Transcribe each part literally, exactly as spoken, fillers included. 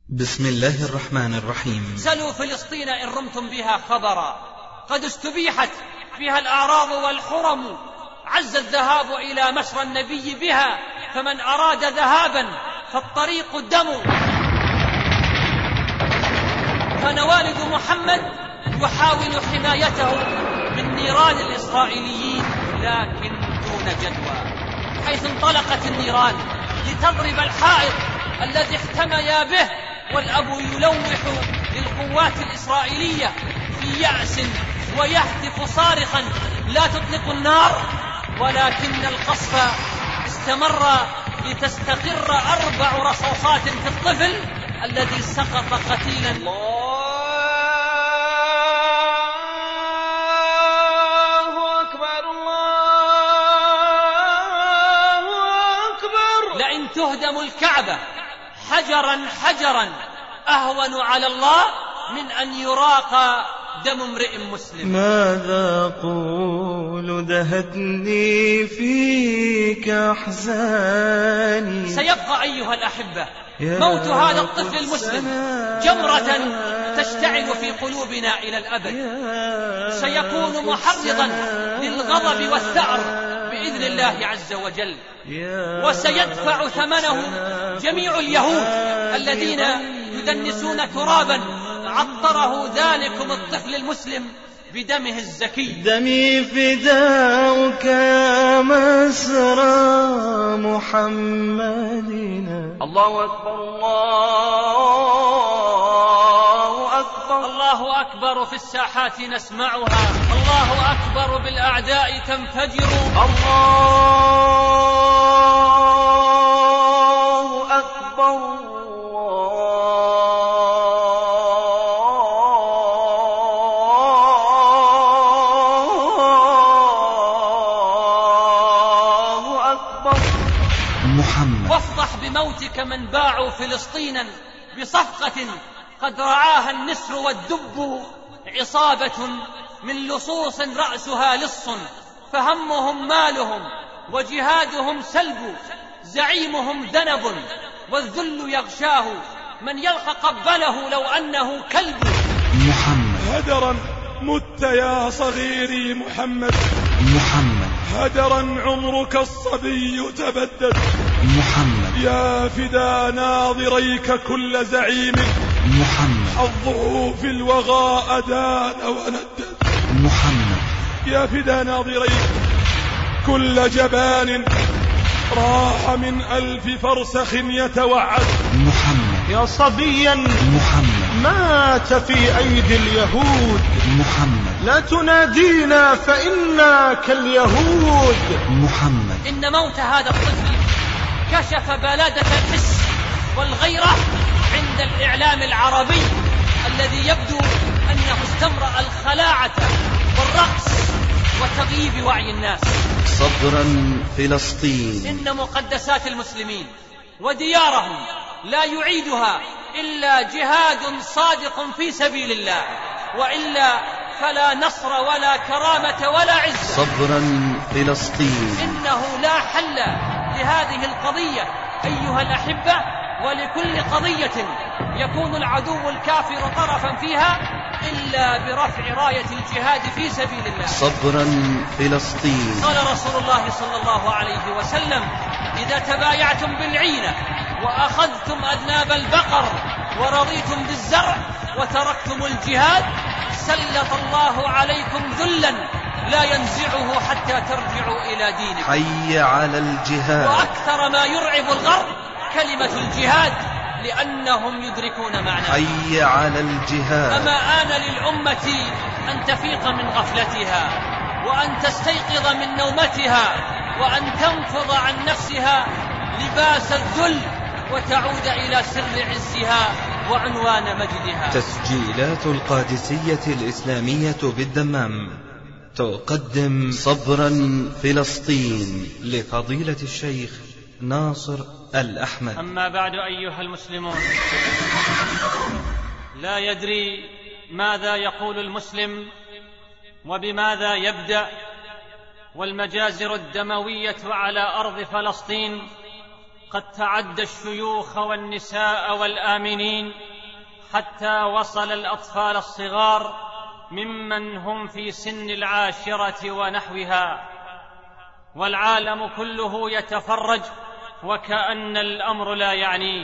بسم الله الرحمن الرحيم. سلوا فلسطين إن رمتم بها خبرا، قد استبيحت فيها الأعراض والحرم، عز الذهاب إلى مشرى النبي بها، فمن أراد ذهابا فالطريق الدم. كان والد محمد يحاول حمايته من نيران الإسرائيليين لكن دون جدوى، حيث انطلقت النيران لتضرب الحائط الذي احتميا به، والأب يلوح للقوات الإسرائيلية في يأس ويهتف صارخا: لا تطلقوا النار. ولكن القصف استمر لتستقر أربع رصاصات في الطفل الذي سقط قتيلا. الله أكبر الله أكبر. لئن تهدم الكعبة حجرا حجرا أهون على الله من أن يراق دم امرئ مسلم. ماذا أقول دهتني فيك أحزاني. سيبقى أيها الأحبة موت هذا الطفل المسلم جمرة تشتعل في قلوبنا إلى الأبد، سيكون محرضا للغضب والثأر بإذن الله عز وجل، وسيدفع ثمنه جميع اليهود الذين يدنسون ترابا عطره ذلكم الطفل المسلم بدمه الزكي. دمي فداؤك يا مسرى محمدنا. الله أكبر الله أكبر. الله أكبر في الساحات نسمعها، الله أكبر بالأعداء تنفجر. الله أكبر. وافضح بموتك من باعوا فلسطينا بصفقة قد رعاها النسر والدب، عصابة من لصوص رأسها لص، فهمهم مالهم وجهادهم سلب، زعيمهم ذنب والذل يغشاه، من يلقى قبله لو أنه كلب. محمد. هدرا مت يا صغيري محمد، محمد. هدرا عمرك الصبي تبدد، محمد. يا فدا ناظريك كل زعيم، محمد. حظه في الوغى أدان وندد، محمد. يا فدا ناظريك كل جبان راح من ألف فرسخ يتوعد. محمد. يا صبيا محمد مات في أيدي اليهود. محمد. لا تنادينا فإنا كاليهود. محمد. إن موت هذا الطفل كشف بلادة الحس والغيرة عند الإعلام العربي الذي يبدو أنه استمرأ الخلاعة والرقص وتغييب وعي الناس. صبرا فلسطين. إن مقدسات المسلمين وديارهم لا يعيدها إلا جهاد صادق في سبيل الله، وإلا فلا نصر ولا كرامة ولا عز. صبرا فلسطين. إنه لا حل لهذه القضية أيها الأحبة، ولكل قضية يكون العدو الكافر طرفا فيها إلا برفع راية الجهاد في سبيل الله. صبرا فلسطين. قال رسول الله صلى الله عليه وسلم: إذا تبايعتم بالعينة وأخذتم أذناب البقر ورضيتم بالزرع وتركتم الجهاد سلط الله عليكم ذلا لا ينزعه حتى ترجعوا إلى دينكم. حي على الجهاد. وأكثر ما يرعب الغرب كلمة الجهاد لأنهم يدركون معناه. حي على الجهاد. أما آن للأمة أن تفيق من غفلتها وأن تستيقظ من نومتها وأن تنفض عن نفسها لباس الذل وتعود إلى سر عزها وعنوان مجدها. تسجيلات القادسية الإسلامية بالدمام تقدم صبرا فلسطين لفضيلة الشيخ ناصر الأحمد. أما بعد أيها المسلمون، لا يدري ماذا يقول المسلم وبماذا يبدأ، والمجازر الدموية على أرض فلسطين قد تعدى الشيوخ والنساء والآمنين حتى وصل الأطفال الصغار ممن هم في سن العاشرة ونحوها، والعالم كله يتفرج وكأن الأمر لا يعنيه.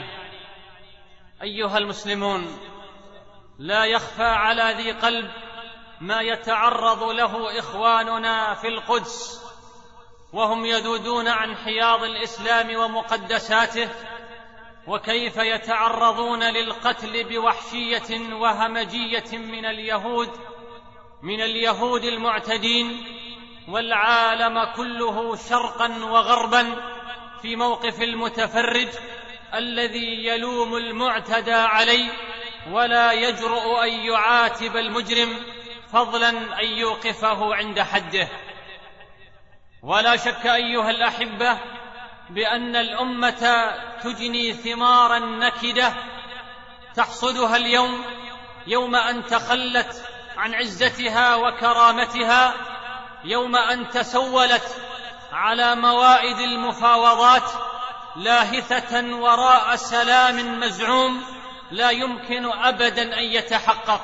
أيها المسلمون، لا يخفى على ذي قلب ما يتعرض له إخواننا في القدس وهم يذودون عن حياض الإسلام ومقدساته، وكيف يتعرضون للقتل بوحشية وهمجية من اليهود من اليهود المعتدين، والعالم كله شرقا وغربا في موقف المتفرج الذي يلوم المعتدى عليه ولا يجرؤ أن يعاتب المجرم، فضلا أن يوقفه عند حده. ولا شك أيها الأحبة بأن الأمة تجني ثمارا نكدة تحصدها اليوم، يوم أن تخلت عن عزتها وكرامتها، يوم أن تسولت على موائد المفاوضات لاهثة وراء سلام مزعوم لا يمكن أبدا أن يتحقق،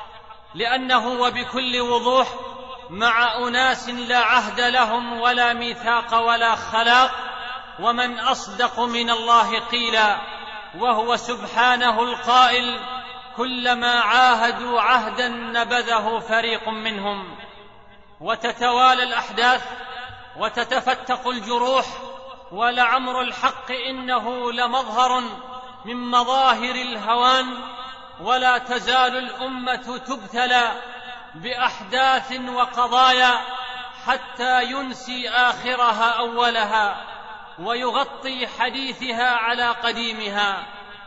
لأنه وبكل وضوح مع أناس لا عهد لهم ولا ميثاق ولا خلاق، ومن أصدق من الله قيلا، وهو سبحانه القائل: كلما عاهدوا عهدا نبذه فريق منهم. وتتوالى الأحداث وتتفتق الجروح، ولعمر الحق إنه لمظهر من مظاهر الهوان، ولا تزال الأمة تبتلى بأحداث وقضايا حتى ينسي آخرها أولها ويغطي حديثها على قديمها.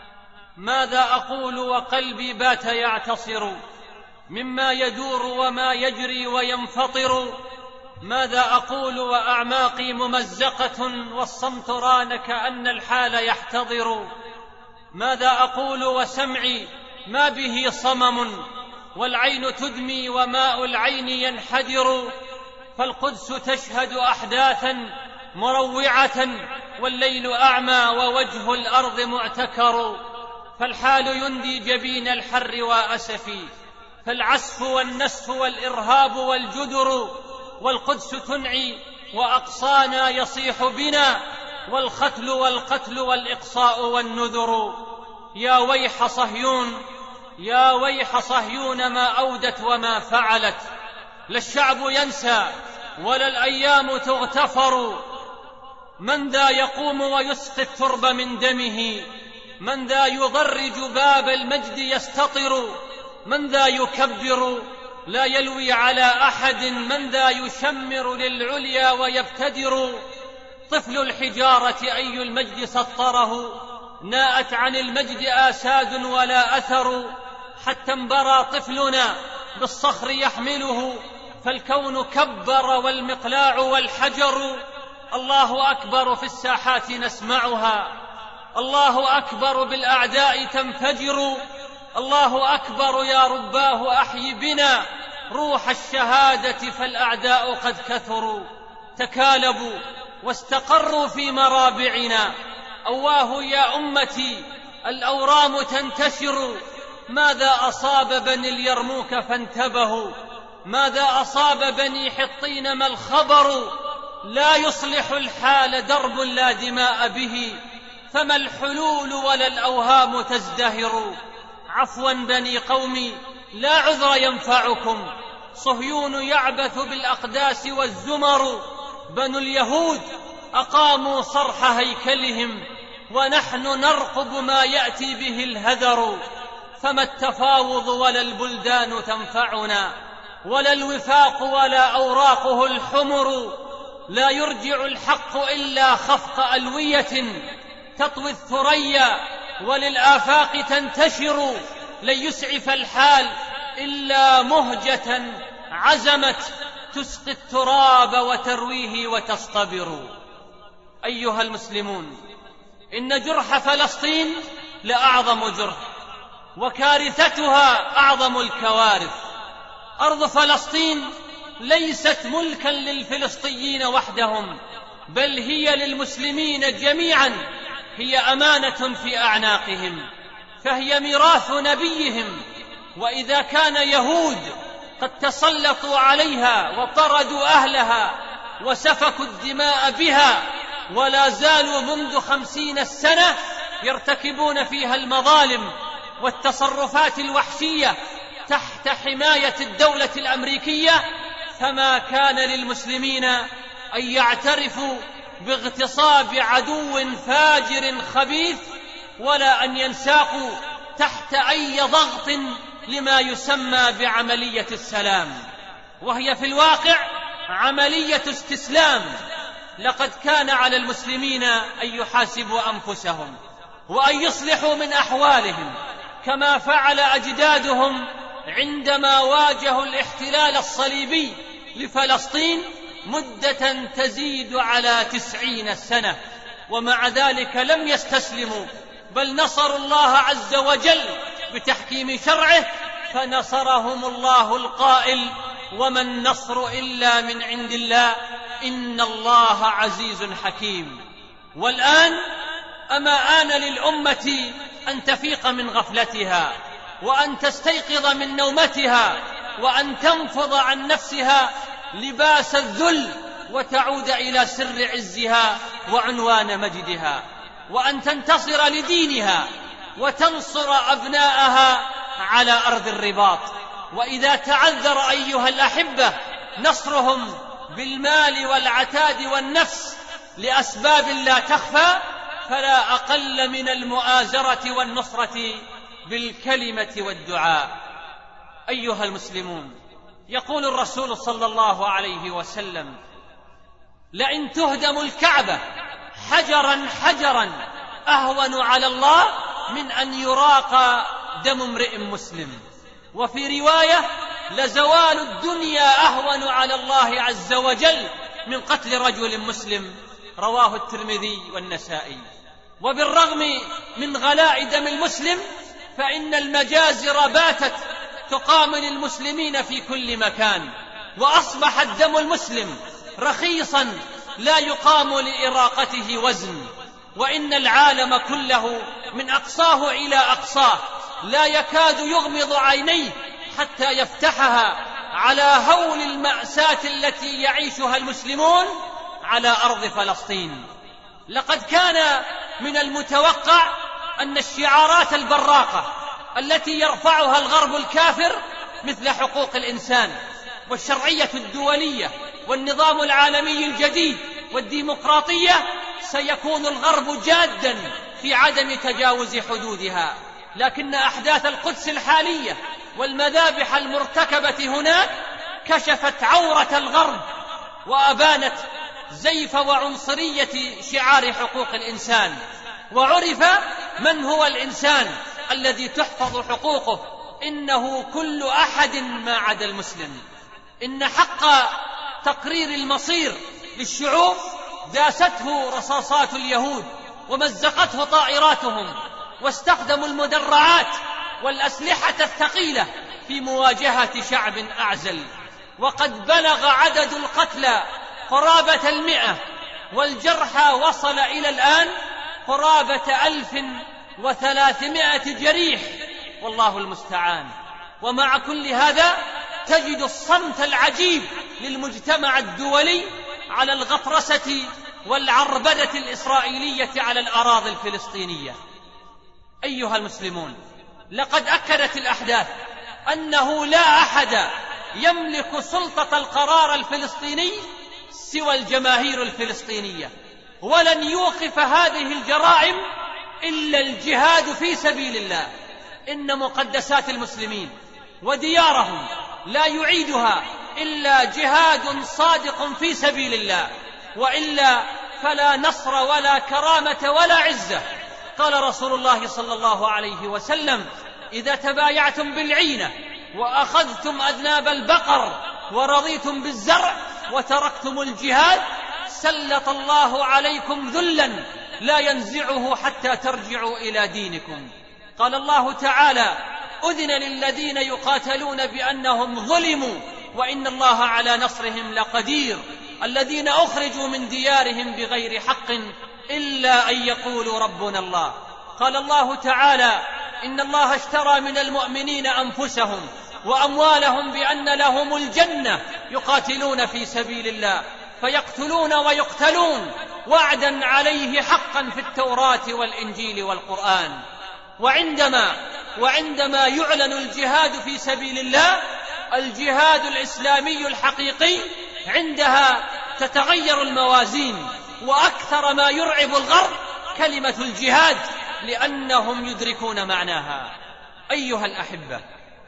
ماذا أقول وقلبي بات يعتصر مما يدور وما يجري وينفطر؟ ماذا أقول وأعماقي ممزقة والصمت ران كأن الحال يحتضر؟ ماذا أقول وسمعي ما به صمم والعين تدمي وماء العين ينحدر؟ فالقدس تشهد أحداثا مروعة والليل أعمى ووجه الأرض معتكر، فالحال يندي جبين الحر وأسفي، فالعسف والنسف والإرهاب والجدر، والقدس تنعي وأقصانا يصيح بنا، والختل والقتل والإقصاء والنذر. يا ويح صهيون، يا ويح صهيون، ما أودت وما فعلت، لا الشعب ينسى ولا الأيام تغتفر. من ذا يقوم ويسقي الترب من دمه؟ من ذا يضرج باب المجد يستطر؟ من ذا يكبر لا يلوي على أحد؟ من ذا يشمر للعليا ويبتدر؟ طفل الحجارة أي المجد سطره، ناءت عن المجد آساد ولا أثر، حتى انبرى طفلنا بالصخر يحمله، فالكون كبر والمقلاع والحجر. الله أكبر في الساحات نسمعها، الله أكبر بالأعداء تنفجر، الله أكبر يا رباه أحي بنا روح الشهادة، فالأعداء قد كثروا، تكالبوا واستقروا في مرابعنا. أواه يا أمتي الأورام تنتشر، ماذا أصاب بني اليرموك فانتبهوا؟ ماذا أصاب بني حطين ما الخبر؟ لا يصلح الحال درب لا دماء به، فما الحلول ولا الأوهام تزدهر. عفوا بني قومي لا عذر ينفعكم، صهيون يعبث بالأقداس والزمر. بنو اليهود أقاموا صرح هيكلهم، ونحن نرقب ما يأتي به الهذر. فما التفاوض ولا البلدان تنفعنا، ولا الوفاق ولا أوراقه الحمر. لا يرجع الحق إلا خفق ألوية تطوي الثريا وللآفاق تنتشر. لن يسعف الحال إلا مهجة عزمت تسقي التراب وترويه وتصطبر. أيها المسلمون، إن جرح فلسطين لأعظم جرح، وكارثتها أعظم الكوارث. أرض فلسطين ليست ملكا للفلسطيين وحدهم، بل هي للمسلمين جميعا، هي أمانة في أعناقهم، فهي ميراث نبيهم. وإذا كان يهود قد تسلطوا عليها وطردوا أهلها وسفكوا الدماء بها، ولا زالوا منذ خمسين سنة يرتكبون فيها المظالم والتصرفات الوحشية تحت حماية الدولة الأمريكية، فما كان للمسلمين أن يعترفوا باغتصاب عدو فاجر خبيث، ولا أن ينساقوا تحت أي ضغط لما يسمى بعملية السلام، وهي في الواقع عملية استسلام. لقد كان على المسلمين أن يحاسبوا أنفسهم وأن يصلحوا من أحوالهم كما فعل أجدادهم عندما واجهوا الاحتلال الصليبي لفلسطين مدة تزيد على تسعين سنة، ومع ذلك لم يستسلموا، بل نصروا الله عز وجل بتحكيم شرعه، فنصرهم الله القائل: وما النصر إلا من عند الله إن الله عزيز حكيم. والآن أما آن للأمة أن تفيق من غفلتها، وأن تستيقظ من نومتها، وأن تنفض عن نفسها لباس الذل وتعود إلى سر عزها وعنوان مجدها، وأن تنتصر لدينها وتنصر أبناءها على أرض الرباط. وإذا تعذر أيها الأحبة نصرهم بالمال والعتاد والنفس لأسباب لا تخفى، فلا أقل من المؤازرة والنصرة بالكلمة والدعاء. أيها المسلمون، يقول الرسول صلى الله عليه وسلم: لئن تهدم الكعبة حجرا حجرا أهون على الله من أن يراق دم امرئ مسلم. وفي رواية: لزوال الدنيا أهون على الله عز وجل من قتل رجل مسلم، رواه الترمذي والنسائي. وبالرغم من غلاء دم المسلم فإن المجازر باتت تقام للمسلمين في كل مكان، وأصبح الدم المسلم رخيصا لا يقام لإراقته وزن، وإن العالم كله من أقصاه إلى أقصاه لا يكاد يغمض عينيه حتى يفتحها على هول المأساة التي يعيشها المسلمون على أرض فلسطين. لقد كان من المتوقع أن الشعارات البراقة التي يرفعها الغرب الكافر مثل حقوق الإنسان والشرعية الدولية والنظام العالمي الجديد والديمقراطية سيكون الغرب جادا في عدم تجاوز حدودها، لكن أحداث القدس الحالية والمذابح المرتكبة هناك كشفت عورة الغرب وأبانت زيف وعنصرية شعار حقوق الإنسان، وعرف من هو الإنسان الذي تحفظ حقوقه. إنه كل أحد ما عدا المسلم. إن حق تقرير المصير للشعوب داسته رصاصات اليهود ومزقته طائراتهم، واستخدموا المدرعات والأسلحة الثقيلة في مواجهة شعب أعزل، وقد بلغ عدد القتلى قرابة المئة، والجرحى وصل إلى الآن قرابة ألف وثلاثمائة جريح، والله المستعان. ومع كل هذا تجد الصمت العجيب للمجتمع الدولي على الغطرسة والعربدة الإسرائيلية على الأراضي الفلسطينية. أيها المسلمون، لقد أكدت الأحداث أنه لا أحد يملك سلطة القرار الفلسطيني سوى الجماهير الفلسطينية، ولن يوقف هذه الجرائم إلا الجهاد في سبيل الله. إن مقدسات المسلمين وديارهم لا يعيدها إلا جهاد صادق في سبيل الله، وإلا فلا نصر ولا كرامة ولا عزة. قال رسول الله صلى الله عليه وسلم: إذا تبايعتم بالعينة وأخذتم أذناب البقر ورضيتم بالزرع وتركتم الجهاد سلط الله عليكم ذلا لا ينزعه حتى ترجعوا إلى دينكم. قال الله تعالى: أذن للذين يقاتلون بأنهم ظلموا وإن الله على نصرهم لقدير. الذين أخرجوا من ديارهم بغير حق إلا أن يقولوا ربنا الله. قال الله تعالى: إن الله اشترى من المؤمنين أنفسهم وأموالهم بأن لهم الجنة يقاتلون في سبيل الله فيقتلون ويقتلون وعدا عليه حقا في التوراة والإنجيل والقرآن. وعندما وعندما يعلن الجهاد في سبيل الله، الجهاد الإسلامي الحقيقي، عندها تتغير الموازين، وأكثر ما يرعب الغرب كلمة الجهاد، لأنهم يدركون معناها. أيها الأحبة،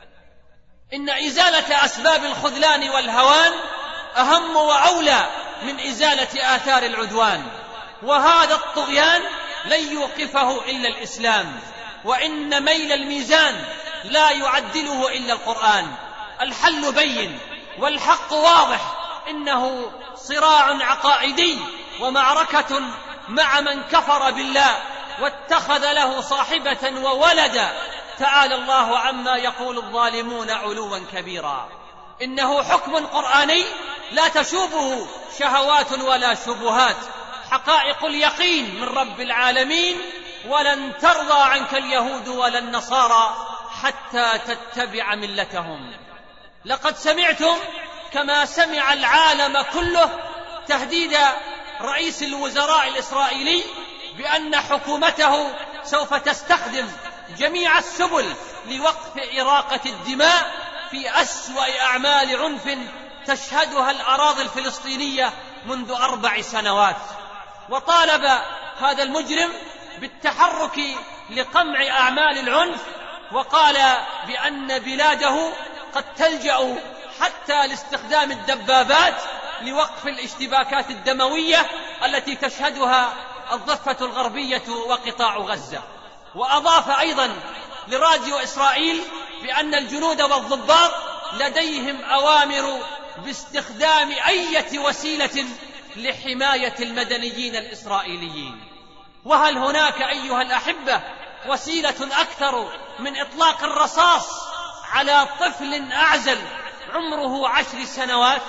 إن إزالة أسباب الخذلان والهوان أهم وأولى من إزالة آثار العدوان، وهذا الطغيان لن يوقفه إلا الإسلام، وإن ميل الميزان لا يعدله إلا القرآن. الحل بين والحق واضح، إنه صراع عقائدي ومعركة مع من كفر بالله واتخذ له صاحبة وولدا. تعالى الله عما يقول الظالمون علوا كبيرا. إنه حكم قرآني لا تشوبه شهوات ولا شبهات، حقائق اليقين من رب العالمين. ولن ترضى عنك اليهود ولا النصارى حتى تتبع ملتهم. لقد سمعتم كما سمع العالم كله تهديد رئيس الوزراء الإسرائيلي بأن حكومته سوف تستخدم جميع السبل لوقف إراقة الدماء في أسوأ أعمال عنف تشهدها الأراضي الفلسطينية منذ أربع سنوات. وطالب هذا المجرم بالتحرك لقمع أعمال العنف، وقال بأن بلاده قد تلجأ حتى لاستخدام الدبابات لوقف الاشتباكات الدموية التي تشهدها الضفة الغربية وقطاع غزة. وأضاف أيضا لراديو إسرائيل بأن الجنود والضباط لديهم أوامر باستخدام أي وسيلة لحماية المدنيين الإسرائيليين. وهل هناك أيها الأحبة وسيلة أكثر من إطلاق الرصاص على طفل أعزل عمره عشر سنوات؟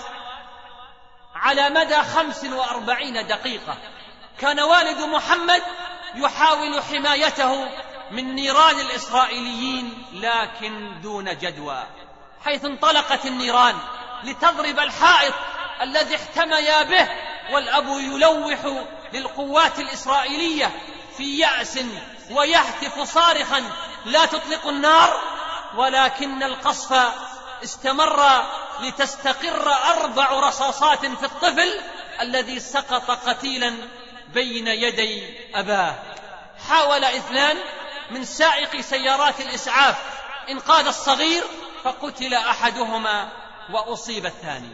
على مدى خمس وأربعين دقيقة كان والد محمد يحاول حمايته من نيران الإسرائيليين، لكن دون جدوى، حيث انطلقت النيران لتضرب الحائط الذي احتميا به، والأب يلوح للقوات الإسرائيلية في يأس ويهتف صارخا: لا تطلق النار. ولكن القصف استمر لتستقر أربع رصاصات في الطفل الذي سقط قتيلا بين يدي أباه. حاول اثنان من سائق سيارات الإسعاف إنقاذ الصغير فقتل أحدهما وأصيب الثاني.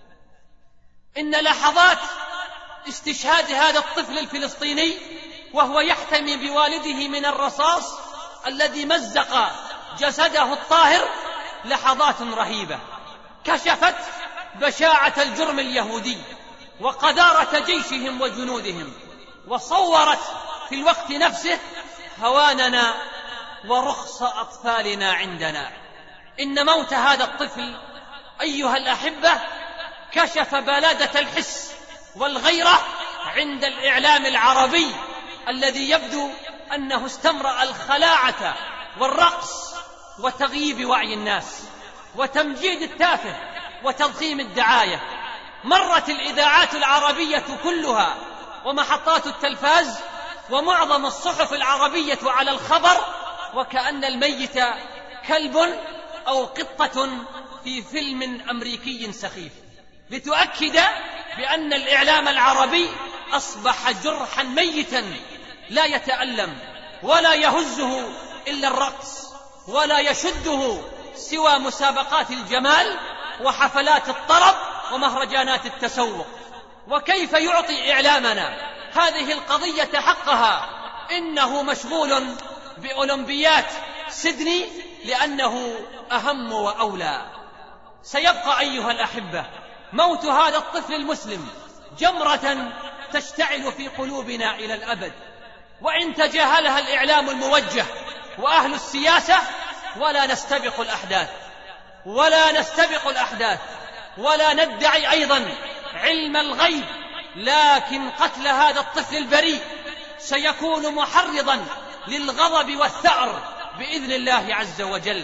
إن لحظات استشهاد هذا الطفل الفلسطيني وهو يحتمي بوالده من الرصاص الذي مزق جسده الطاهر لحظات رهيبة، كشفت بشاعة الجرم اليهودي وقذارة جيشهم وجنودهم، وصورت في الوقت نفسه هواننا ورخص أطفالنا عندنا. إن موت هذا الطفل أيها الأحبة كشف بلادة الحس والغيرة عند الإعلام العربي الذي يبدو أنه استمرأ الخلاعة والرقص وتغييب وعي الناس وتمجيد التافه وتضخيم الدعاية. مرت الإذاعات العربية كلها ومحطات التلفاز ومعظم الصحف العربية على الخبر وكأن الميت كلب أو قطة في فيلم أمريكي سخيف، لتؤكد بأن الإعلام العربي أصبح جرحا ميتا لا يتألم ولا يهزه إلا الرقص، ولا يشده سوى مسابقات الجمال وحفلات الطرب ومهرجانات التسوق. وكيف يعطي إعلامنا هذه القضية حقها؟ إنه مشغول بأولمبيات سيدني لأنه أهم وأولى. سيبقى أيها الأحبة موت هذا الطفل المسلم جمرة تشتعل في قلوبنا إلى الأبد، وإن تجاهلها الإعلام الموجه وأهل السياسة. ولا نستبق الأحداث ولا نستبق الأحداث ولا ندعي أيضا علم الغيب، لكن قتل هذا الطفل البريء سيكون محرضا للغضب والثأر بإذن الله عز وجل،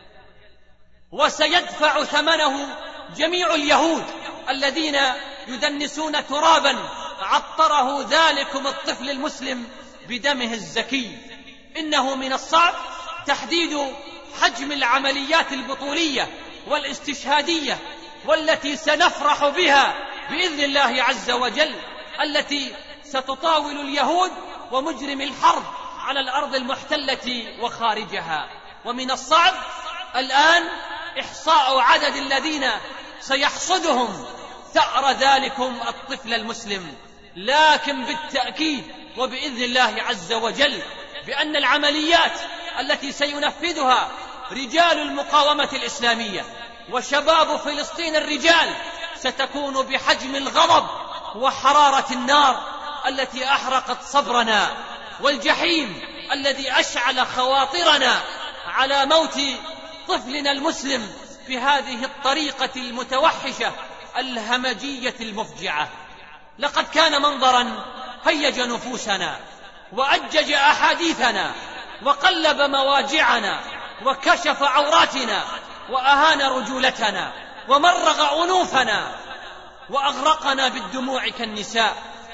وسيدفع ثمنه جميع اليهود الذين يدنسون ترابا عطره ذلكم الطفل المسلم بدمه الزكي. إنه من الصعب تحديد حجم العمليات البطولية والاستشهادية والتي سنفرح بها بإذن الله عز وجل، التي ستطاول اليهود ومجرم الحرب على الأرض المحتلة وخارجها. ومن الصعب الآن إحصاء عدد الذين سيحصدهم ثأر ذلكم الطفل المسلم، لكن بالتأكيد وبإذن الله عز وجل بأن العمليات التي سينفذها رجال المقاومة الإسلامية وشباب فلسطين الرجال ستكون بحجم الغضب وحرارة النار التي أحرقت صبرنا، والجحيم الذي أشعل خواطرنا على موت طفلنا المسلم بهذه الطريقة المتوحشة الهمجية المفجعة. لقد كان منظرا هيج نفوسنا وأجج أحاديثنا وقلب مواجعنا وكشف عوراتنا وأهان رجولتنا ومرغ أنوفنا وأغرقنا بالدموع كالنساء.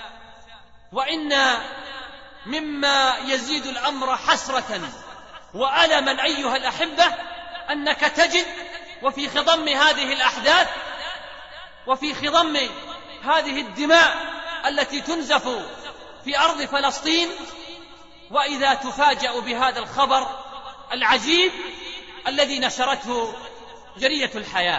وإن مما يزيد الأمر حسرة وألما أيها الأحبة أنك تجد وفي خضم هذه الأحداث وفي خضم هذه الدماء التي تنزف في أرض فلسطين، وإذا تفاجأ بهذا الخبر العجيب الذي نشرته جريدة الحياة.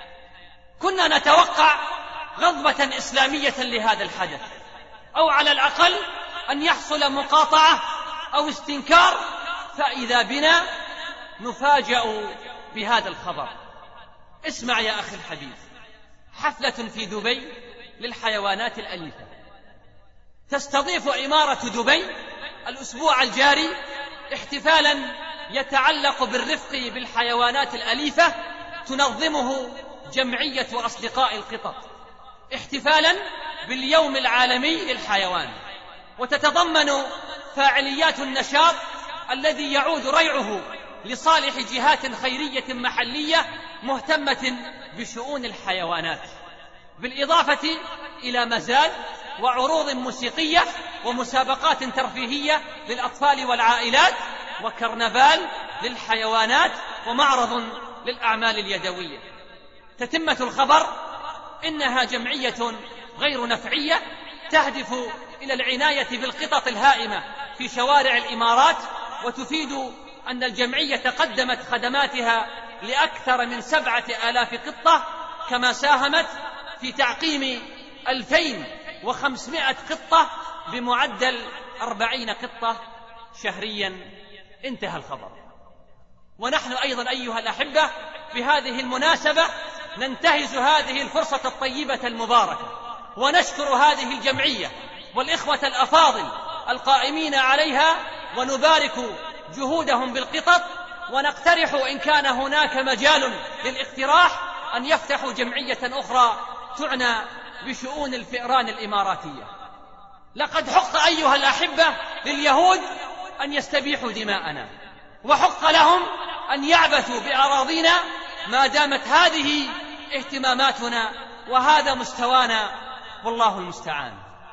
كنا نتوقع غضبة إسلامية لهذا الحدث، أو على الأقل أن يحصل مقاطعة أو استنكار، فإذا بنا نفاجأ بهذا الخبر. اسمع يا أخي الحبيب، حفلة في دبي للحيوانات الأليفة. تستضيف إمارة دبي الأسبوع الجاري احتفالا يتعلق بالرفق بالحيوانات الأليفة تنظمه جمعية أصدقاء القطط، احتفالا باليوم العالمي للحيوان، وتتضمن فاعليات النشاط الذي يعود ريعه لصالح جهات خيرية محلية مهتمة بشؤون الحيوانات، بالإضافة إلى مزاد وعروض موسيقية ومسابقات ترفيهية للأطفال والعائلات وكرنفال للحيوانات ومعرض للأعمال اليدوية. تتمة الخبر إنها جمعية غير نفعية تهدف إلى العناية بالقطط الهائمة في شوارع الإمارات، وتفيد أن الجمعية قدمت خدماتها لأكثر من سبعة آلاف قطة، كما ساهمت في تعقيم ألفين وخمسمائة قطة بمعدل أربعين قطة شهريا. انتهى الخبر. ونحن أيضا أيها الأحبة بهذه المناسبة ننتهز هذه الفرصة الطيبة المباركة ونشكر هذه الجمعية والإخوة الأفاضل القائمين عليها، ونبارك جهودهم بالقطط، ونقترح إن كان هناك مجال للاقتراح أن يفتحوا جمعية أخرى تعنى بشؤون الفئران الإماراتية. لقد حق أيها الأحبة لليهود أن يستبيحوا دماءنا، وحق لهم أن يعبثوا بأراضينا ما دامت هذه اهتماماتنا وهذا مستوانا، والله المستعان.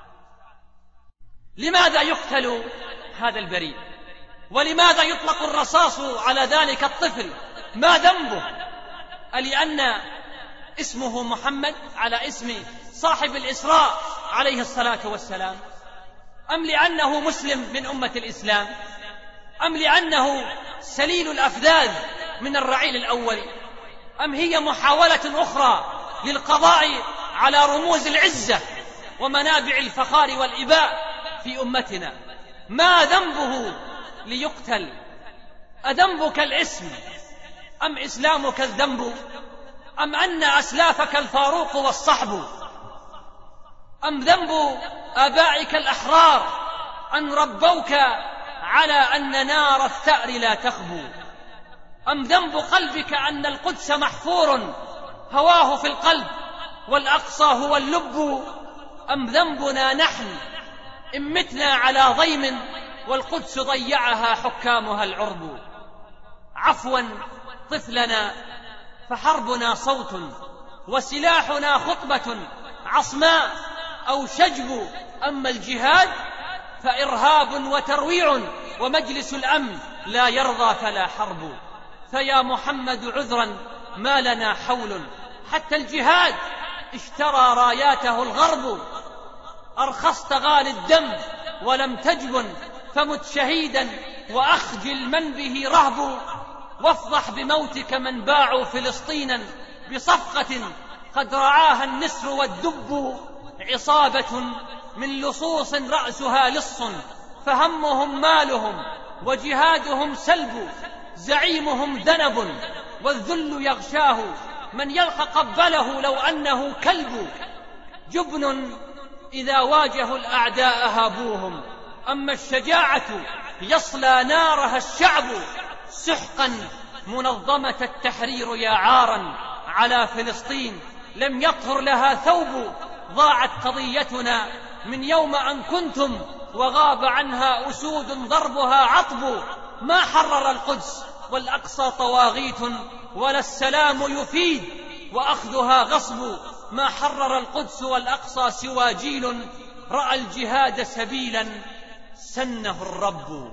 لماذا يقتل هذا البريء؟ ولماذا يطلق الرصاص على ذلك الطفل؟ ما ذنبه؟ ألأن اسمه محمد على اسم صاحب الإسراء عليه الصلاة والسلام؟ أم لأنه مسلم من أمة الإسلام؟ أم لأنه سليل الأفذاذ من الرعيل الأول؟ أم هي محاولة أخرى للقضاء على رموز العزة ومنابع الفخار والإباء في أمتنا؟ ما ذنبه ليقتل؟ أذنبك الاسم أم إسلامك الذنب؟ أم أن أسلافك الفاروق والصحب؟ أم ذنب آبائك الأحرار أن ربوك على أن نار الثأر لا تخبو؟ أم ذنب قلبك أن القدس محفور هواه في القلب والأقصى هو اللب؟ أم ذنبنا نحن إن متنا على ضيم والقدس ضيعها حكامها العرب. عفوا طفلنا فحربنا صوت وسلاحنا خطبة عصماء أو شجب، أما الجهاد فإرهاب وترويع ومجلس الأمن لا يرضى فلا حرب. فيا محمد عذرا ما لنا حول، حتى الجهاد اشترى راياته الغرب. أرخصت غالي الدم ولم تجبن، فمت شهيدا وأخجل من به رهب. وافضح بموتك من باعوا فلسطينا بصفقة قد رعاها النسر والدب. عصابة من لصوص رأسها لص، فهمهم مالهم وجهادهم سلب. زعيمهم ذنب والذل يغشاه، من يلقى قبله لو أنه كلب. جبن إذا واجهوا الأعداء هابوهم، أما الشجاعة يصلى نارها الشعب. سحقا منظمة التحرير يا عارا على فلسطين، لم يطهر لها ثوب. ضاعت قضيتنا من يوم أن كنتم، وغاب عنها أسود ضربها عطب. ما حرر القدس والأقصى طواغيت، ولا السلام يفيد وأخذها غصب. ما حرر القدس والأقصى سوى جيل رأى الجهاد سبيلا سنه الرب.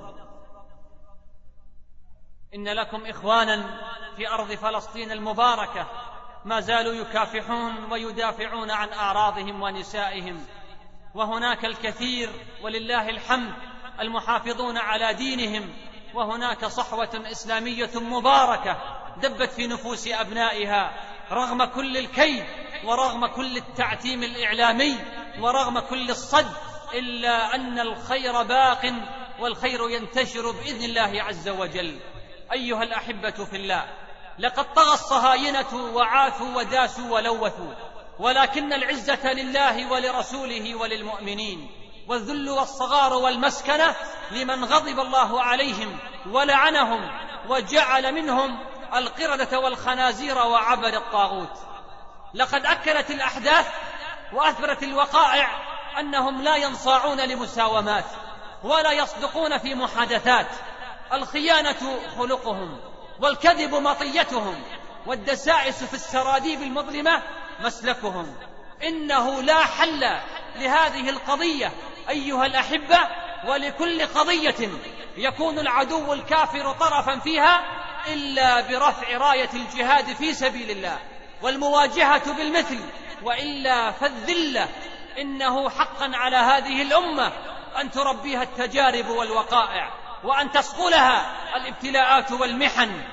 إن لكم إخوانا في أرض فلسطين المباركة ما زالوا يكافحون ويدافعون عن أعراضهم ونسائهم، وهناك الكثير ولله الحمد المحافظون على دينهم، وهناك صحوة إسلامية مباركة دبت في نفوس أبنائها رغم كل الكيد ورغم كل التعتيم الإعلامي ورغم كل الصد، إلا أن الخير باق والخير ينتشر بإذن الله عز وجل. أيها الأحبة في الله، لقد طغى الصهاينة وعاثوا وداسوا ولوثوا، ولكن العزة لله ولرسوله وللمؤمنين، والذل والصغار والمسكنة لمن غضب الله عليهم ولعنهم وجعل منهم القردة والخنازير وعبد الطاغوت. لقد أكلت الأحداث وأثبتت الوقائع أنهم لا ينصاعون لمساومات ولا يصدقون في محادثات. الخيانة خلقهم، والكذب مطيتهم، والدسائس في السراديب المظلمة مسلكهم. إنه لا حل لهذه القضية أيها الأحبة، ولكل قضية يكون العدو الكافر طرفا فيها إلا برفع راية الجهاد في سبيل الله والمواجهة بالمثل، وإلا فالذلة. إنه حقا على هذه الأمة أن تربيها التجارب والوقائع، وأن تصقلها الابتلاءات والمحن.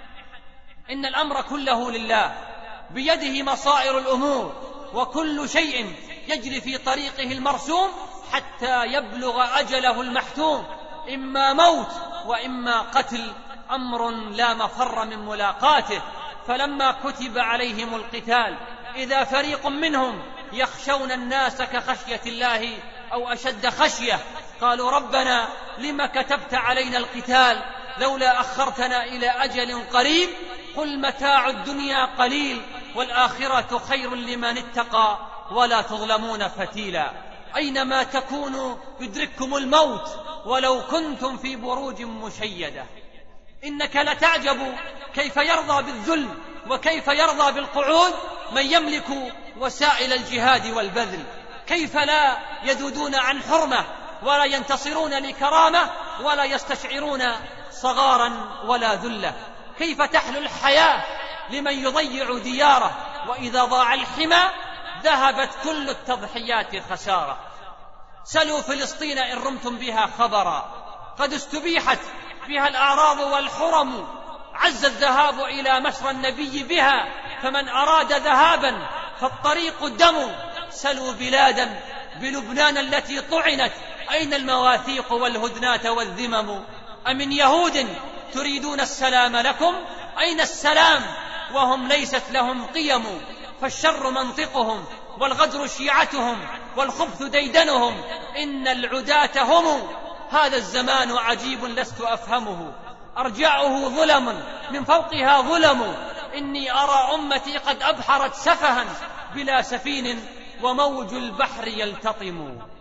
إن الأمر كله لله، بيده مصائر الأمور، وكل شيء يجري في طريقه المرسوم حتى يبلغ أجله المحتوم، إما موت وإما قتل، أمر لا مفر من ملاقاته. فلما كتب عليهم القتال إذا فريق منهم يخشون الناس كخشية الله أو أشد خشية، قالوا ربنا لما كتبت علينا القتال لولا أخرتنا إلى أجل قريب، قل متاع الدنيا قليل والآخرة خير لمن اتقى ولا تظلمون فتيلا. أينما تكونوا يدرككم الموت ولو كنتم في بروج مشيدة. إنك لتعجب كيف يرضى بالذل وكيف يرضى بالقعود من يملك وسائل الجهاد والبذل. كيف لا يذودون عن حرمة ولا ينتصرون لكرامة ولا يستشعرون صغارا ولا ذلة. كيف تحلو الحياة لمن يضيع دياره، وإذا ضاع الحمى ذهبت كل التضحيات خسارة. سلوا فلسطين إن رمتم بها خبرا، قد استبيحت فيها الأعراض والحرم، عز الذهاب إلى مشرى النبي بها، فمن أراد ذهابا فالطريق الدم. سلوا بلادا بلبنان التي طعنت، أين المواثيق والهدنات والذمم؟ أمن يهود تريدون السلام لكم؟ أين السلام وهم ليست لهم قيم؟ فالشر منطقهم والغدر شيعتهم والخبث ديدنهم، إن العداة هم. هذا الزمان عجيب لست أفهمه، أرجعه ظلم من فوقها ظلم. إني أرى أمتي قد أبحرت سفها بلا سفين وموج البحر يلتطم.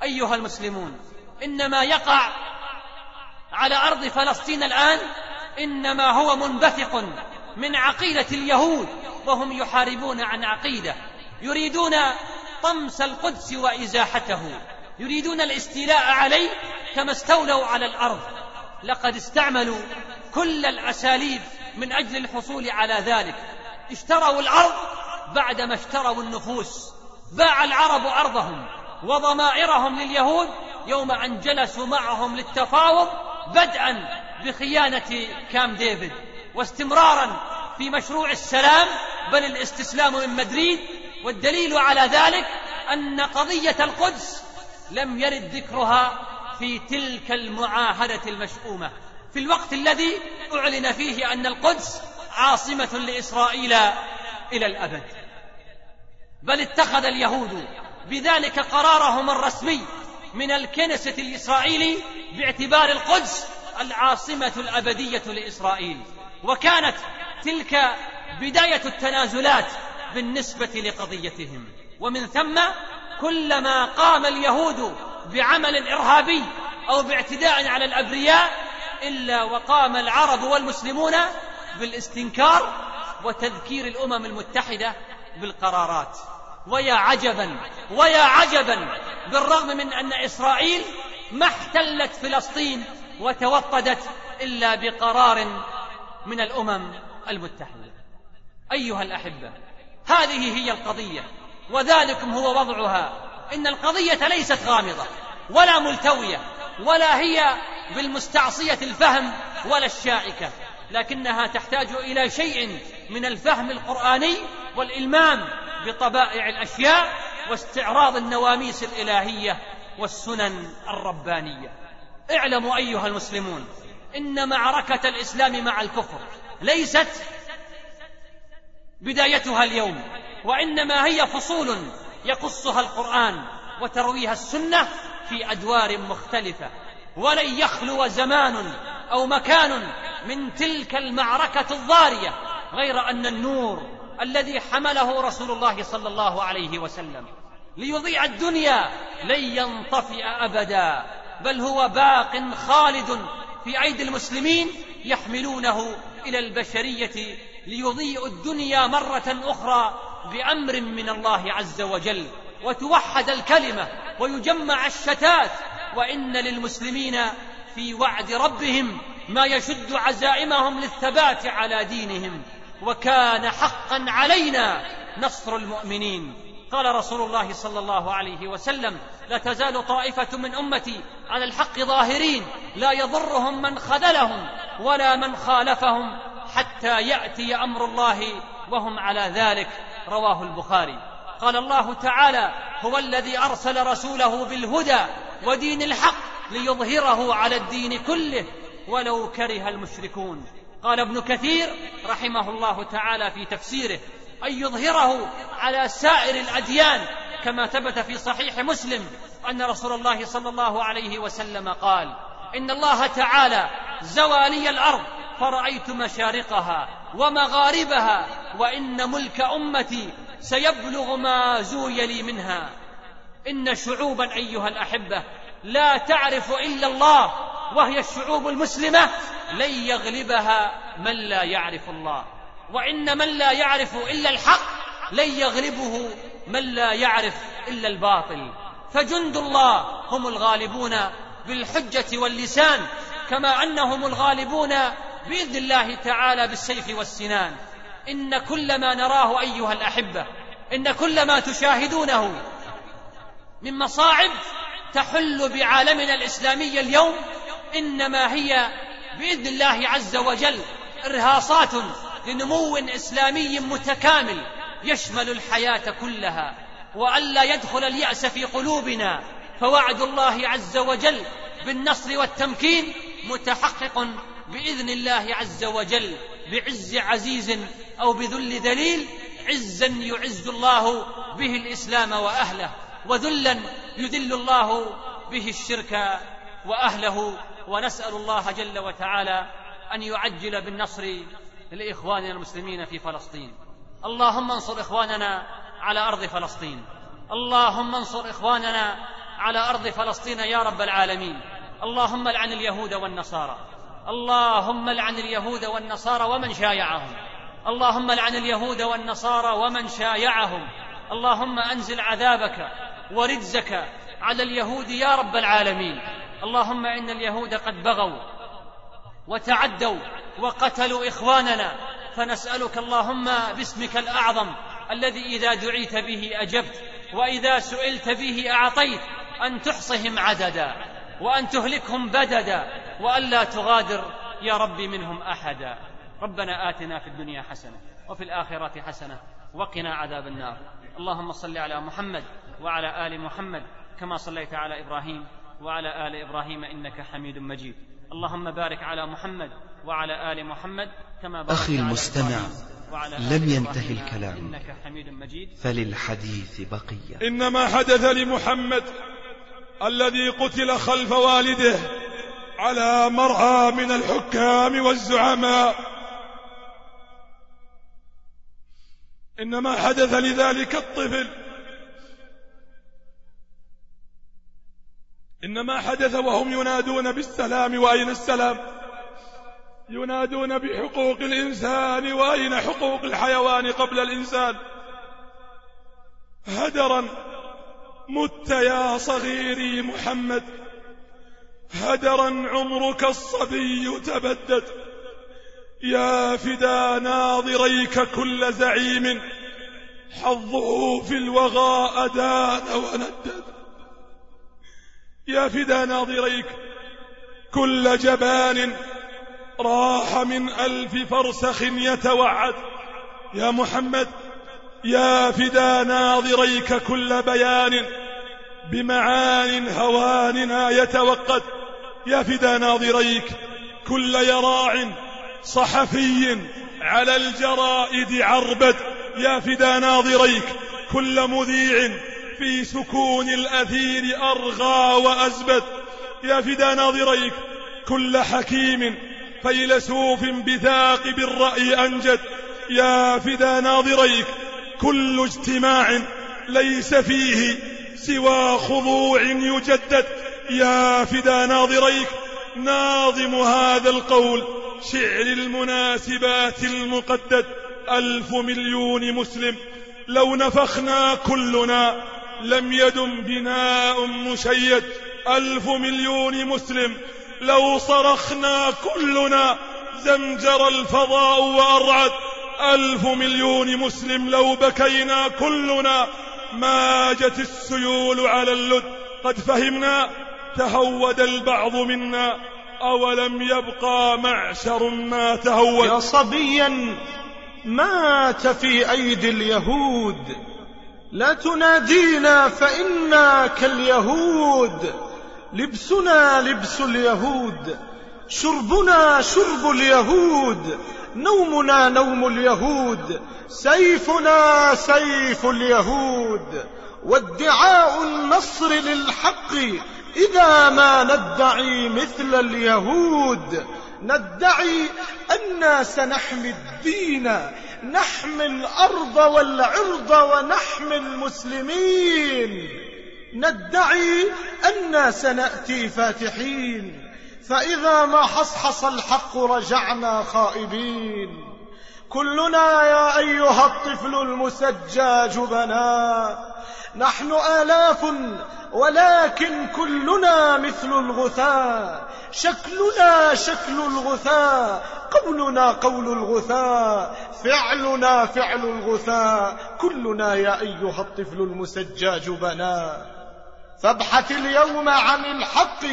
أيها المسلمون، إن ما يقع على أرض فلسطين الآن إنما هو منبثق من عقيدة اليهود، وهم يحاربون عن عقيدة، يريدون طمس القدس وإزاحته، يريدون الاستيلاء عليه كما استولوا على الأرض. لقد استعملوا كل الأساليب من أجل الحصول على ذلك. اشتروا الأرض بعدما اشتروا النفوس. باع العرب أرضهم وضمائرهم لليهود يوم أن جلسوا معهم للتفاوض، بدءا بخيانة كام ديفيد، واستمرارا في مشروع السلام، بل الاستسلام من مدريد. والدليل على ذلك أن قضية القدس لم يرد ذكرها في تلك المعاهدة المشؤومة، في الوقت الذي أعلن فيه أن القدس عاصمة لإسرائيل إلى الأبد. بل اتخذ اليهود بذلك قرارهم الرسمي من الكنيسة الإسرائيلي باعتبار القدس العاصمة الأبدية لإسرائيل. وكانت تلك بداية التنازلات بالنسبة لقضيتهم. ومن ثم كلما قام اليهود بعمل إرهابي أو باعتداء على الأبرياء إلا وقام العرب والمسلمون بالاستنكار وتذكير الأمم المتحدة بالقرارات. ويا عجبا ويا عجبا بالرغم من أن إسرائيل ما احتلت فلسطين وتوطدت إلا بقرار من الأمم المتحدة. أيها الأحبة، هذه هي القضية، وذلكم هو وضعها. إن القضية ليست غامضة ولا ملتوية ولا هي بالمستعصية الفهم ولا الشائكة، لكنها تحتاج إلى شيء من الفهم القرآني والإلمام بطبائع الأشياء واستعراض النواميس الإلهية والسنن الربانية. اعلموا أيها المسلمون إن معركة الإسلام مع الكفر ليست بدايتها اليوم، وإنما هي فصول يقصها القرآن وترويها السنة في أدوار مختلفة. ولن يخلو زمان أو مكان من تلك المعركة الضارية غير أن النور الذي حمله رسول الله صلى الله عليه وسلم ليضيء الدنيا لن ينطفئ أبدا، بل هو باق خالد في أيدي المسلمين يحملونه إلى البشرية ليضيء الدنيا مرة أخرى بأمر من الله عز وجل، وتوحد الكلمة ويجمع الشتات. وإن للمسلمين في وعد ربهم ما يشد عزائمهم للثبات على دينهم، وكان حقا علينا نصر المؤمنين. قال رسول الله صلى الله عليه وسلم: لا تزال طائفة من أمتي على الحق ظاهرين لا يضرهم من خذلهم ولا من خالفهم حتى يأتي أمر الله وهم على ذلك. رواه البخاري. قال الله تعالى: هو الذي أرسل رسوله بالهدى ودين الحق ليظهره على الدين كله ولو كره المشركون. قال ابن كثير رحمه الله تعالى في تفسيره: أن يظهره على سائر الأديان، كما ثبت في صحيح مسلم أن رسول الله صلى الله عليه وسلم قال: إن الله تعالى زوى لي الأرض فرأيت مشارقها ومغاربها، وإن ملك أمتي سيبلغ ما زوي لي منها. إن شعوبا أيها الأحبة لا تعرف إلا الله، وهي الشعوب المسلمة، لن يغلبها من لا يعرف الله. وإن من لا يعرف إلا الحق لن يغلبه من لا يعرف إلا الباطل. فجند الله هم الغالبون بالحجة واللسان، كما أنهم الغالبون بإذن الله تعالى بالسيف والسنان. إن كل ما نراه أيها الأحبة، إن كل ما تشاهدونه من مصاعب تحل بعالمنا الإسلامي اليوم إنما هي بإذن الله عز وجل إرهاصات لنمو إسلامي متكامل يشمل الحياة كلها، وألا يدخل اليأس في قلوبنا، فوعد الله عز وجل بالنصر والتمكين متحقق بإذن الله عز وجل، بعز عزيز أو بذل ذليل. عزا يعز الله به الإسلام وأهله، وذلا يذل الله به الشرك وأهله. ونسأل الله جل وتعالى أن يعجل بالنصر لإخواننا المسلمين في فلسطين. اللهم انصر إخواننا على أرض فلسطين، اللهم انصر إخواننا على أرض فلسطين يا رب العالمين. اللهم لعن اليهود والنصارى، اللهم لعن اليهود والنصارى ومن شايعهم، اللهم لعن اليهود والنصارى ومن شايعهم. اللهم أنزل عذابك ورجزك على اليهود يا رب العالمين. اللهم إن اليهود قد بغوا وتعدوا وقتلوا إخواننا، فنسألك اللهم باسمك الأعظم الذي إذا دعيت به أجبت وإذا سئلت به أعطيت أن تحصهم عددا وأن تهلكهم بددا وأن لا تغادر يا رب منهم أحدا. ربنا آتنا في الدنيا حسنة وفي الآخرة حسنة وقنا عذاب النار. اللهم صل على محمد وعلى آل محمد كما صليت على إبراهيم وعلى آل إبراهيم إنك حميد مجيد. اللهم بارك على محمد وعلى آل محمد كما باركت أخي المستمع، لم ينتهي الكلام إنك حميد مجيد، فللحديث بقية. إنما حدث لمحمد الذي قتل خلف والده على مرعى من الحكام والزعماء، إنما حدث لذلك الطفل، إنما حدث وهم ينادون بالسلام وأين السلام، ينادون بحقوق الإنسان وأين حقوق الحيوان قبل الإنسان. هدرا مت يا صغيري محمد، هدرا عمرك الصبي تبدد، يا فدا ناظريك كل زعيم حظه في الوغى أدان وندد، يا فدا ناظريك كل جبان راح من ألف فرسخ يتوعد، يا محمد يا فدا ناظريك كل بيان بمعان هواننا يتوقد، يا فدا ناظريك كل يراع صحفي على الجرائد عربد، يا فدا ناظريك كل مذيع في سكون الأثير أرغى وأزبد، يا فدا ناظريك كل حكيم فيلسوف بثاقب الرأي أنجد، يا فدا ناظريك كل اجتماع ليس فيه سوى خضوع يجدد، يا فدا ناظريك ناظم هذا القول شعر المناسبات المقدد، ألف مليون مسلم لو نفخنا كلنا لم يدم بناء مشيد، ألف مليون مسلم لو صرخنا كلنا زمجر الفضاء وأرعد، ألف مليون مسلم لو بكينا كلنا ماجت السيول على اللد، قد فهمنا تهود البعض منا أولم يبقى معشر ما تهود. يا صبيا مات في أيدي اليهود، لا تنادينا فإنا كاليهود، لبسنا لبس اليهود، شربنا شرب اليهود، نومنا نوم اليهود، سيفنا سيف اليهود، وادعاء النصر للحق إذا ما ندعي مثل اليهود، ندعي أننا سنحمي الدين، نحمي الأرض والعرض ونحمي المسلمين، ندعي أننا سنأتي فاتحين، فإذا ما حصحص الحق رجعنا خائبين. كلنا يا أيها الطفل المسجى جبنا، نحن آلاف ولكن كلنا مثل الغثاء، شكلنا شكل الغثاء، قولنا قول الغثاء، فعلنا فعل الغثاء، كلنا يا أيها الطفل المسجى جبنا. فابحث اليوم عن الحق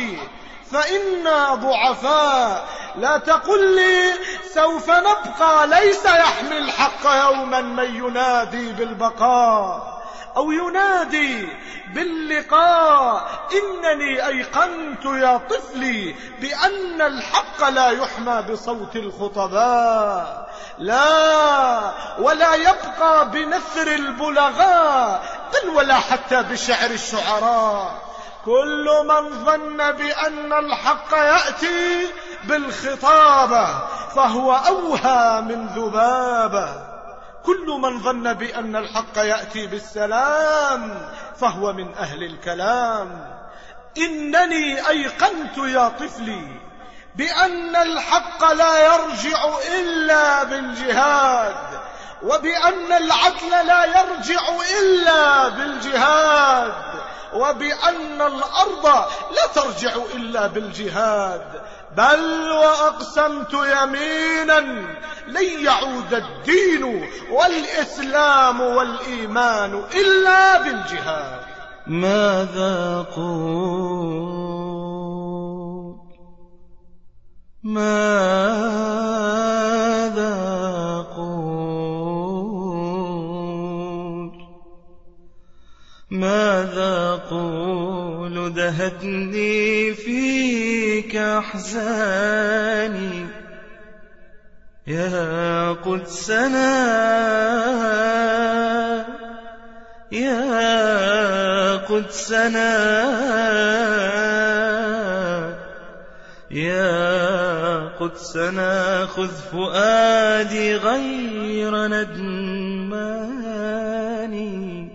فإنا ضعفاء، لا تقل لي سوف نبقى، ليس يحمي الحق يوما من ينادي بالبقاء أو ينادي باللقاء. إنني أيقنت يا طفلي بأن الحق لا يحمى بصوت الخطباء، لا ولا يبقى بنثر البلغاء، بل ولا حتى بشعر الشعراء. كل من ظن بأن الحق يأتي بالخطابة فهو أوهى من ذبابة. كل من ظن بأن الحق يأتي بالسلام فهو من أهل الكلام. إنني أيقنت يا طفلي بأن الحق لا يرجع إلا بالجهاد، وبأن العدل لا يرجع إلا بالجهاد، وبأن الأرض لا ترجع إلا بالجهاد. بل وأقسمت يمينا لن يعود الدين والإسلام والإيمان إلا بالجهاد. ماذا قول ماذا قول ماذا قول دهتني فيك أحزاني يا قدسنا يا قدسنا يا قدسنا خذ فؤادي غير ندماني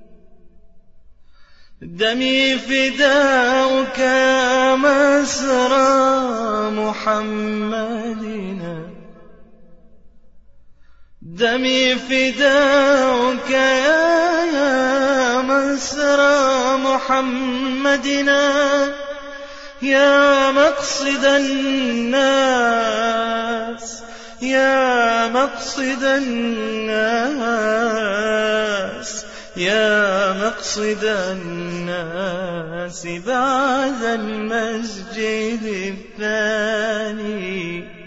دمي فداؤك يا مسرى محمدنا دمي فداؤك يا مسرى محمدنا يا مقصد الناس يا مقصد الناس يا مقصد الناس بعد المسجد الثاني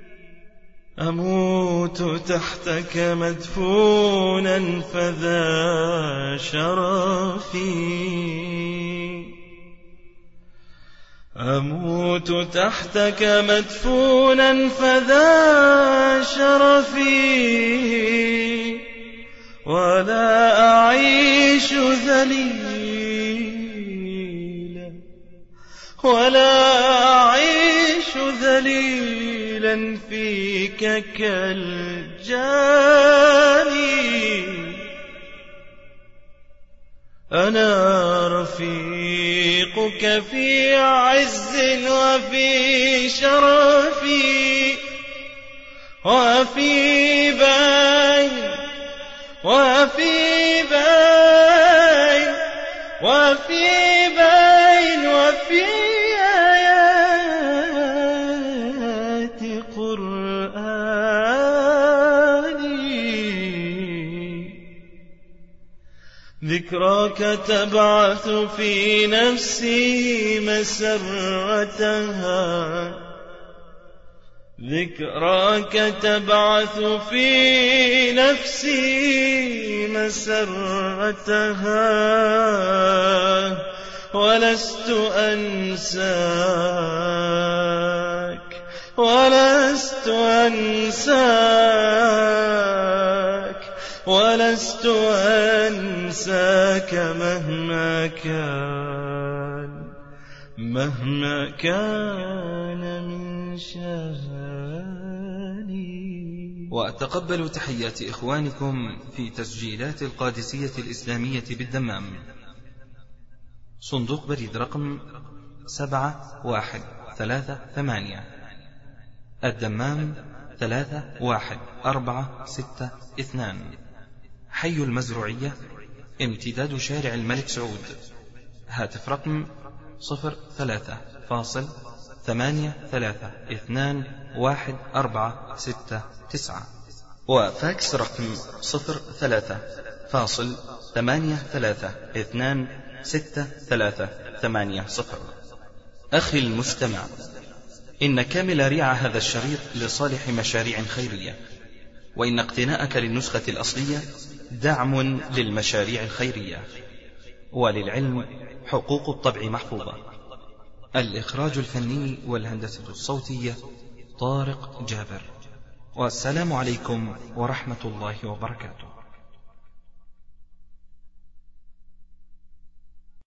أموت تحتك مدفونا فذا شرفي أموت تحتك مدفونا فذا شرفي ولا أعيش ذليلا ولا أعيش ذليلا فيك كالجاني أنا رفيقك في عز وفي شرفي وفي بين وفي بين وفي بين وفي آيات قرآني ذكراك تبعث في نفسي مسرتها ذكراك تبعث في نفسي مسرتها ولست أنساك ولست أنساك ولست أنساك مهما كان مهما كان من شاني. وأتقبل تحيات إخوانكم في تسجيلات القادسية الإسلامية بالدمام، صندوق بريد رقم سبعة واحد ثلاثة ثمانية، الدمام ثلاثة واحد أربعة ستة اثنان، حي المزروعية، امتداد شارع الملك سعود. هاتف رقم صفر ثلاثة فاصل ثمانية ثلاثة اثنان واحد أربعة ستة تسعة، وفاكس رقم صفر ثلاثة فاصل ثمانية ثلاثة اثنان ستة ثلاثة ثمانية صفر. أخي المستمع، إن كامل ريع هذا الشريط لصالح مشاريع خيرية، وإن اقتناءك للنسخة الأصلية دعم للمشاريع الخيرية. وللعلم حقوق الطبع محفوظة. الإخراج الفني والهندسة الصوتية طارق جابر. والسلام عليكم ورحمة الله وبركاته.